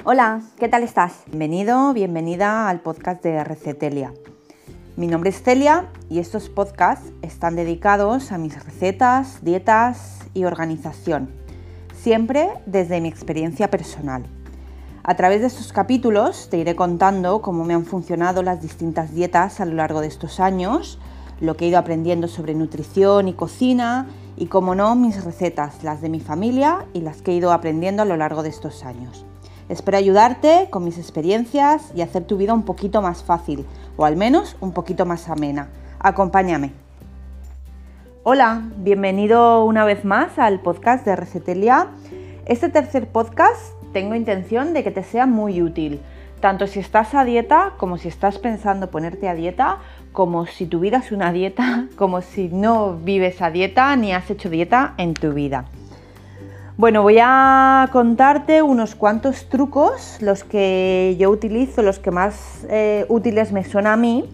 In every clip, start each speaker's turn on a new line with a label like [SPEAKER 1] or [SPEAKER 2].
[SPEAKER 1] Hola, ¿qué tal estás? Bienvenido, bienvenida al podcast de Recetelia. Mi nombre es Celia y estos podcasts están dedicados a mis recetas, dietas y organización, siempre desde mi experiencia personal. A través de estos capítulos te iré contando cómo me han funcionado las distintas dietas a lo largo de estos años, lo que he ido aprendiendo sobre nutrición y cocina y, como no, mis recetas, las de mi familia y las que he ido aprendiendo a lo largo de estos años. Espero ayudarte con mis experiencias y hacer tu vida un poquito más fácil, o al menos un poquito más amena. Acompáñame. Hola, bienvenido una vez más al podcast de Recetelia. Este tercer podcast tengo intención de que te sea muy útil, tanto si estás a dieta, como si estás pensando ponerte a dieta, como si tu vida es una dieta, como si no vives a dieta ni has hecho dieta en tu vida. Bueno, voy a contarte unos cuantos trucos, los que yo utilizo, los que más útiles me son a mí,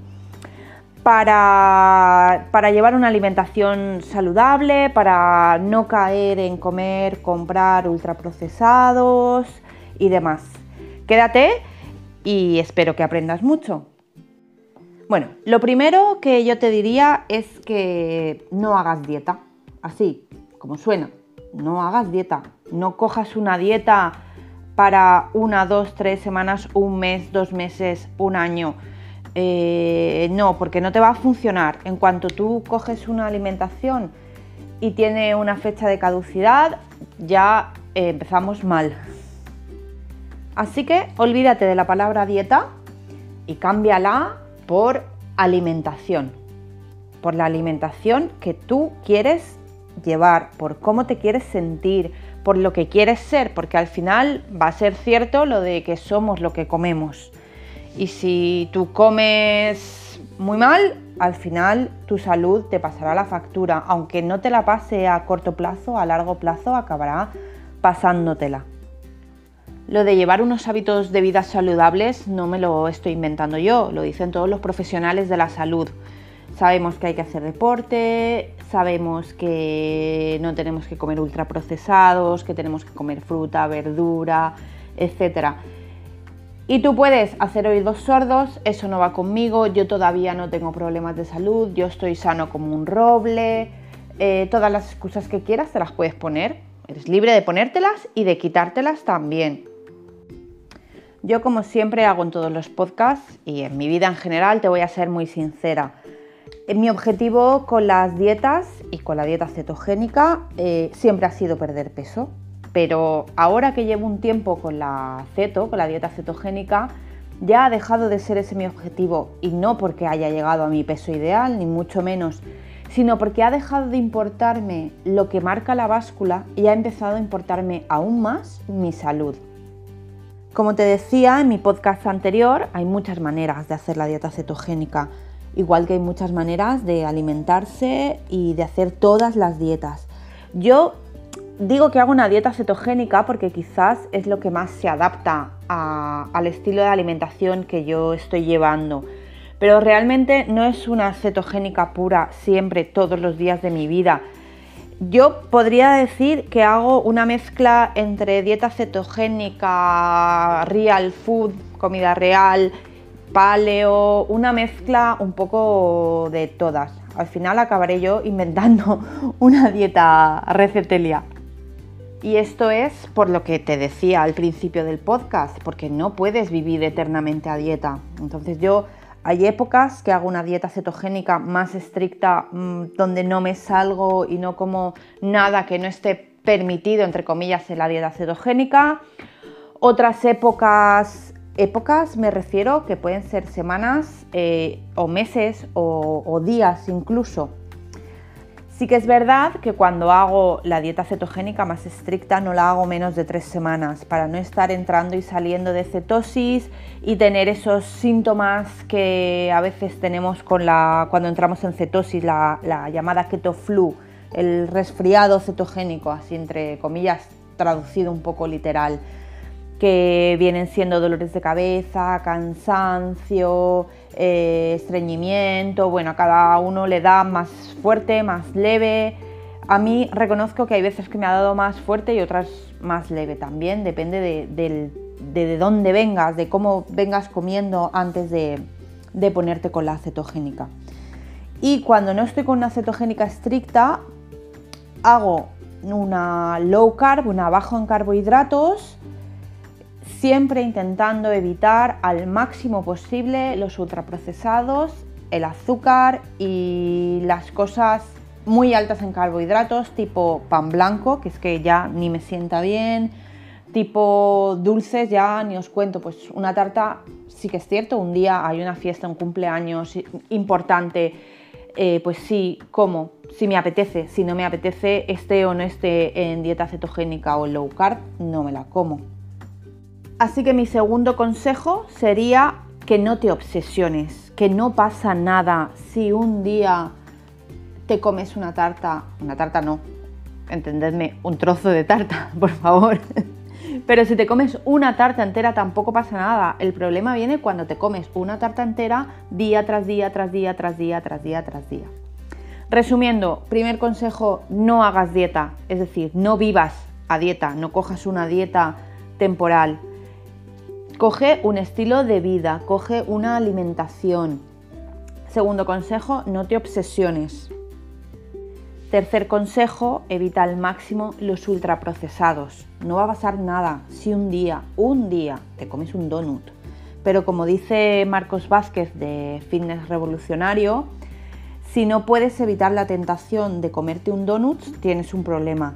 [SPEAKER 1] para llevar una alimentación saludable, para no caer en comprar ultraprocesados y demás. Quédate y espero que aprendas mucho. Bueno, lo primero que yo te diría es que no hagas dieta, así como suena. No hagas dieta, no cojas una dieta para 1, 2, 3 semanas, un mes, 2 meses, un año. No, porque no te va a funcionar. En cuanto tú coges una alimentación y tiene una fecha de caducidad, ya empezamos mal. Así que olvídate de la palabra dieta y cámbiala por alimentación, por la alimentación que tú quieres llevar, por cómo te quieres sentir, por lo que quieres ser, porque al final va a ser cierto lo de que somos lo que comemos. Y si tú comes muy mal, al final tu salud te pasará la factura, aunque no te la pase a corto plazo, a largo plazo acabará pasándotela. Lo de llevar unos hábitos de vida saludables no me lo estoy inventando yo, lo dicen todos los profesionales de la salud. Sabemos que hay que hacer deporte, sabemos que no tenemos que comer ultraprocesados, que tenemos que comer fruta, verdura, etc. Y tú puedes hacer oídos sordos, eso no va conmigo, yo todavía no tengo problemas de salud, yo estoy sano como un roble, todas las excusas que quieras te las puedes poner, eres libre de ponértelas y de quitártelas también. Yo, como siempre hago en todos los podcasts y en mi vida en general, te voy a ser muy sincera. Mi objetivo con las dietas y con la dieta cetogénica siempre ha sido perder peso, pero ahora que llevo un tiempo con la dieta cetogénica, ya ha dejado de ser ese mi objetivo, y no porque haya llegado a mi peso ideal, ni mucho menos, sino porque ha dejado de importarme lo que marca la báscula y ha empezado a importarme aún más mi salud. Como te decía en mi podcast anterior, hay muchas maneras de hacer la dieta cetogénica, igual que hay muchas maneras de alimentarse y de hacer todas las dietas. Yo digo que hago una dieta cetogénica porque quizás es lo que más se adapta al estilo de alimentación que yo estoy llevando, pero realmente no es una cetogénica pura siempre, todos los días de mi vida. Yo podría decir que hago una mezcla entre dieta cetogénica, real food, comida real, paleo, una mezcla un poco de todas. Al final acabaré yo inventando una dieta Recetelia. Y esto es por lo que te decía al principio del podcast, porque no puedes vivir eternamente a dieta. Entonces hay épocas que hago una dieta cetogénica más estricta, donde no me salgo y no como nada que no esté permitido, entre comillas, en la dieta cetogénica. Otras épocas me refiero que pueden ser semanas o meses o días incluso. Sí que es verdad que cuando hago la dieta cetogénica más estricta no la hago menos de 3 semanas para no estar entrando y saliendo de cetosis y tener esos síntomas que a veces tenemos cuando entramos en cetosis, la llamada keto flu, el resfriado cetogénico, así entre comillas, traducido un poco literal, que vienen siendo dolores de cabeza, cansancio, estreñimiento. Bueno, a cada uno le da más fuerte, más leve. A mí reconozco que hay veces que me ha dado más fuerte y otras más leve también, depende del de dónde vengas, de cómo vengas comiendo antes de ponerte con la cetogénica. Y cuando no estoy con una cetogénica estricta, hago una low carb, una bajo en carbohidratos, siempre intentando evitar al máximo posible los ultraprocesados, el azúcar y las cosas muy altas en carbohidratos, tipo pan blanco, que es que ya ni me sienta bien, tipo dulces, ya ni os cuento, pues una tarta, sí que es cierto, un día hay una fiesta, un cumpleaños importante, pues sí, como, si me apetece, si no me apetece, esté o no esté en dieta cetogénica o low carb, no me la como. Así que mi segundo consejo sería que no te obsesiones, que no pasa nada si un día te comes una tarta no, entendedme, un trozo de tarta, por favor. Pero si te comes una tarta entera tampoco pasa nada. El problema viene cuando te comes una tarta entera día tras día, tras día, tras día, tras día, tras día. Resumiendo, primer consejo, no hagas dieta, es decir, no vivas a dieta, no cojas una dieta temporal. Coge un estilo de vida, coge una alimentación. Segundo consejo, no te obsesiones. Tercer consejo, evita al máximo los ultraprocesados. No va a pasar nada si un día te comes un donut. Pero como dice Marcos Vázquez de Fitness Revolucionario, si no puedes evitar la tentación de comerte un donut, tienes un problema.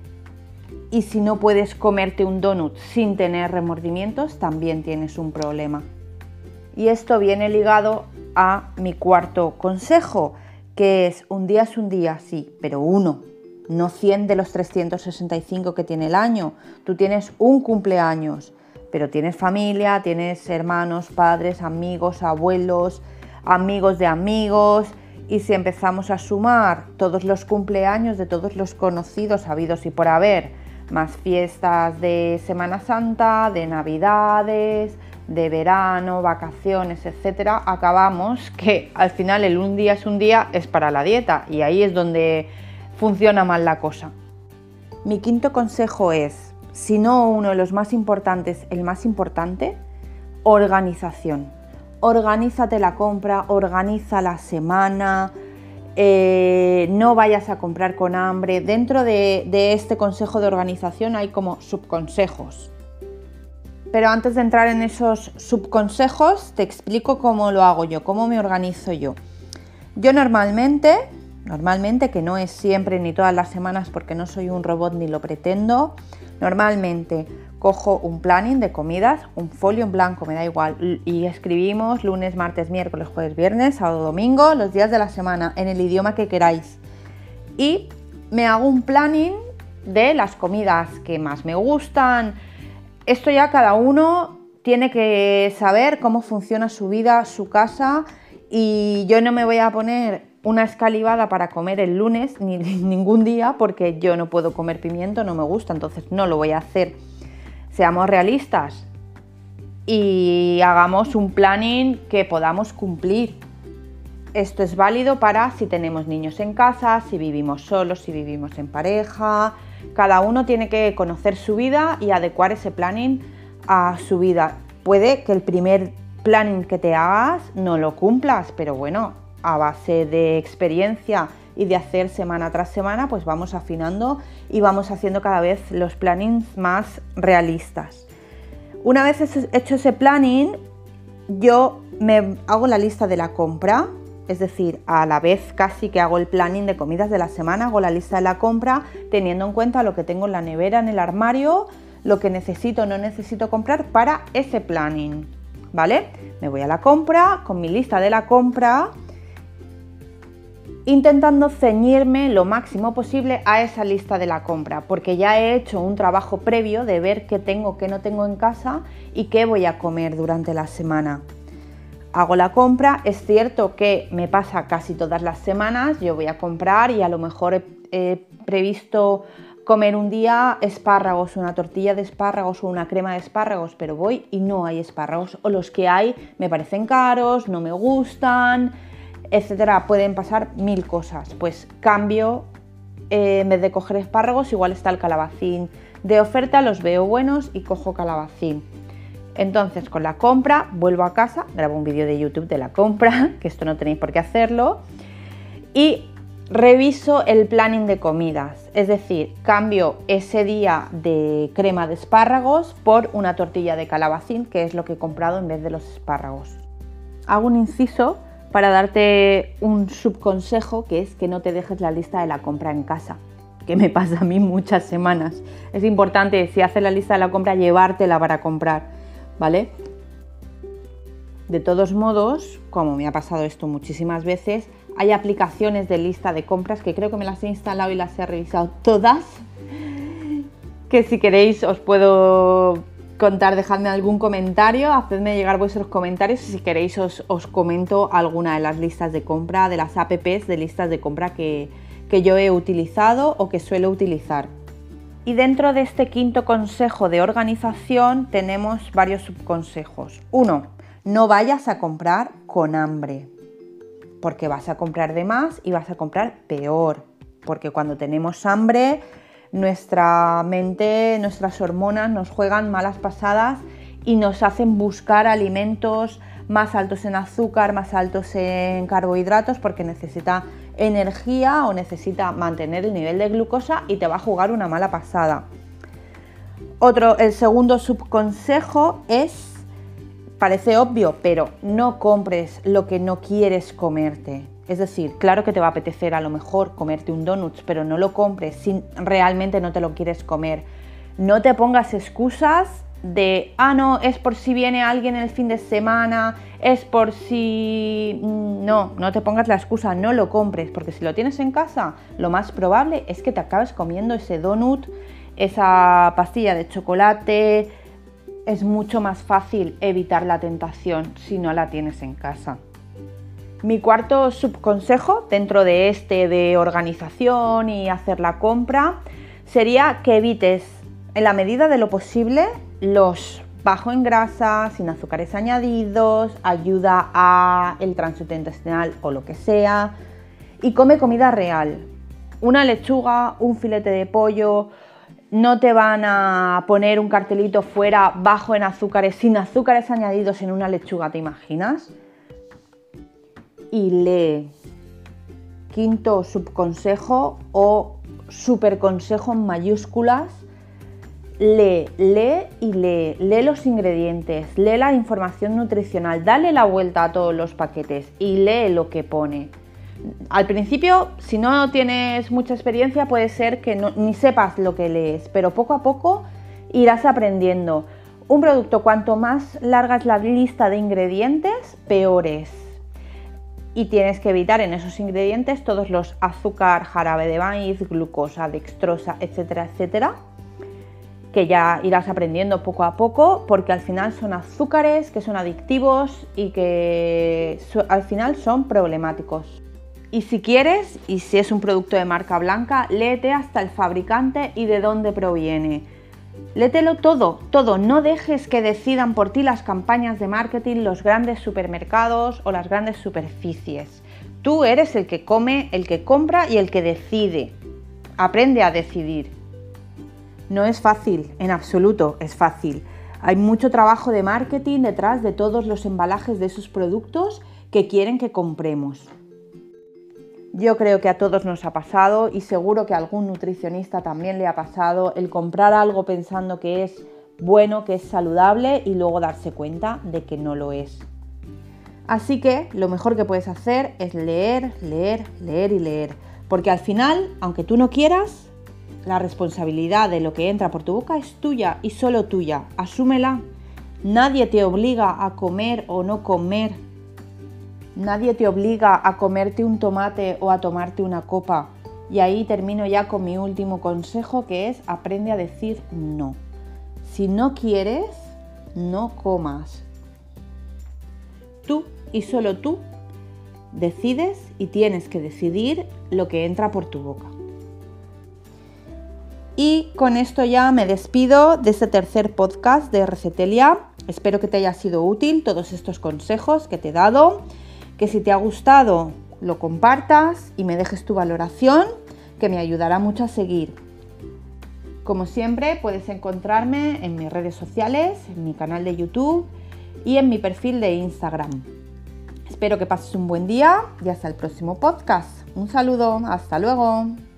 [SPEAKER 1] Y si no puedes comerte un donut sin tener remordimientos, también tienes un problema. Y esto viene ligado a mi cuarto consejo, que es un día, sí, pero uno, no 100 de los 365 que tiene el año. Tú tienes un cumpleaños, pero tienes familia, tienes hermanos, padres, amigos, abuelos, amigos de amigos, y si empezamos a sumar todos los cumpleaños de todos los conocidos habidos y por haber, más fiestas de Semana Santa, de Navidades, de verano, vacaciones, etcétera, acabamos que al final el un día es para la dieta, y ahí es donde funciona mal la cosa. Mi quinto consejo es, si no uno de los más importantes, el más importante, organización. Organízate la compra, organiza la semana, no vayas a comprar con hambre. Dentro de este consejo de organización hay como subconsejos. Pero antes de entrar en esos subconsejos, te explico cómo lo hago yo, cómo me organizo yo. Yo normalmente, que no es siempre ni todas las semanas porque no soy un robot ni lo pretendo, normalmente cojo un planning de comidas, un folio en blanco, me da igual, y escribimos lunes, martes, miércoles, jueves, viernes, sábado, domingo, los días de la semana, en el idioma que queráis. Y me hago un planning de las comidas que más me gustan. Esto ya cada uno tiene que saber cómo funciona su vida, su casa, y yo no me voy a poner una escalivada para comer el lunes ni ningún día porque yo no puedo comer pimiento, no me gusta, entonces no lo voy a hacer. Seamos realistas y hagamos un planning que podamos cumplir. Esto es válido para si tenemos niños en casa, si vivimos solos, si vivimos en pareja. Cada uno tiene que conocer su vida y adecuar ese planning a su vida. Puede que el primer planning que te hagas no lo cumplas, pero bueno, a base de experiencia y de hacer semana tras semana, pues vamos afinando y vamos haciendo cada vez los plannings más realistas. Una vez hecho ese planning, yo me hago la lista de la compra, es decir, a la vez casi que hago el planning de comidas de la semana, hago la lista de la compra teniendo en cuenta lo que tengo en la nevera, en el armario, lo que necesito o no necesito comprar para ese planning, ¿vale? Me voy a la compra con mi lista de la compra, intentando ceñirme lo máximo posible a esa lista de la compra, porque ya he hecho un trabajo previo de ver qué tengo, qué no tengo en casa y qué voy a comer durante la semana. Hago la compra, es cierto que me pasa casi todas las semanas, yo voy a comprar y a lo mejor he previsto comer un día espárragos, una tortilla de espárragos o una crema de espárragos, pero voy y no hay espárragos, o los que hay me parecen caros, no me gustan, etcétera. Pueden pasar mil cosas. Pues cambio, en vez de coger espárragos, igual está el calabacín de oferta, los veo buenos y cojo calabacín. Entonces con la compra vuelvo a casa, grabo un vídeo de YouTube de la compra, que esto no tenéis por qué hacerlo, y reviso el planning de comidas, es decir, cambio ese día de crema de espárragos por una tortilla de calabacín, que es lo que he comprado en vez de los espárragos. Hago un inciso para darte un subconsejo, que es que no te dejes la lista de la compra en casa, que me pasa a mí muchas semanas. Es importante, si haces la lista de la compra, llevártela para comprar, ¿vale? De todos modos, como me ha pasado esto muchísimas veces, hay aplicaciones de lista de compras que creo que me las he instalado y las he revisado todas, que si queréis os puedo contar, dejadme algún comentario, hacedme llegar vuestros comentarios y si queréis os comento alguna de las listas de compra, de las apps de listas de compra que yo he utilizado o que suelo utilizar. Y dentro de este quinto consejo de organización tenemos varios subconsejos. 1. No vayas a comprar con hambre, porque vas a comprar de más y vas a comprar peor, porque cuando tenemos hambre nuestra mente, nuestras hormonas nos juegan malas pasadas y nos hacen buscar alimentos más altos en azúcar, más altos en carbohidratos, porque necesita energía o necesita mantener el nivel de glucosa y te va a jugar una mala pasada. El segundo subconsejo es, parece obvio, pero no compres lo que no quieres comerte. Es decir, claro que te va a apetecer a lo mejor comerte un donut, pero no lo compres si realmente no te lo quieres comer. No te pongas excusas de, no, es por si viene alguien el fin de semana, es por si... No te pongas la excusa, no lo compres, porque si lo tienes en casa, lo más probable es que te acabes comiendo ese donut, esa pastilla de chocolate. Es mucho más fácil evitar la tentación si no la tienes en casa. Mi cuarto subconsejo dentro de este de organización y hacer la compra sería que evites en la medida de lo posible los bajo en grasa, sin azúcares añadidos, ayuda a el tránsito intestinal o lo que sea, y come comida real. Una lechuga, un filete de pollo. No te van a poner un cartelito fuera bajo en azúcares, sin azúcares añadidos en una lechuga, ¿te imaginas? Y lee. Quinto subconsejo o superconsejo en mayúsculas. Lee y lee. Lee los ingredientes, lee la información nutricional, dale la vuelta a todos los paquetes y lee lo que pone. Al principio, si no tienes mucha experiencia, puede ser que ni sepas lo que lees, pero poco a poco irás aprendiendo. Un producto, cuanto más larga es la lista de ingredientes, peor es. Y tienes que evitar en esos ingredientes todos los azúcar, jarabe de maíz, glucosa, dextrosa, etcétera, etcétera, que ya irás aprendiendo poco a poco, porque al final son azúcares que son adictivos y que al final son problemáticos. Y si quieres, y si es un producto de marca blanca, léete hasta el fabricante y de dónde proviene. Léetelo todo, no dejes que decidan por ti las campañas de marketing, los grandes supermercados o las grandes superficies. Tú eres el que come, el que compra y el que decide. Aprende a decidir. No es fácil, en absoluto es fácil. Hay mucho trabajo de marketing detrás de todos los embalajes de esos productos que quieren que compremos. Yo creo que a todos nos ha pasado y seguro que a algún nutricionista también le ha pasado el comprar algo pensando que es bueno, que es saludable y luego darse cuenta de que no lo es. Así que lo mejor que puedes hacer es leer, porque al final, aunque tú no quieras, la responsabilidad de lo que entra por tu boca es tuya y solo tuya. Asúmela. Nadie te obliga a comer o no comer. Nadie te obliga a comerte un tomate o a tomarte una copa. Y ahí termino ya con mi último consejo, que es aprende a decir no. Si no quieres, no comas. Tú y solo tú decides y tienes que decidir lo que entra por tu boca. Y con esto ya me despido de este tercer podcast de Recetelia. Espero que te haya sido útil todos estos consejos que te he dado. Que si te ha gustado lo compartas y me dejes tu valoración, que me ayudará mucho a seguir. Como siempre, puedes encontrarme en mis redes sociales, en mi canal de YouTube y en mi perfil de Instagram. Espero que pases un buen día y hasta el próximo podcast. Un saludo, hasta luego.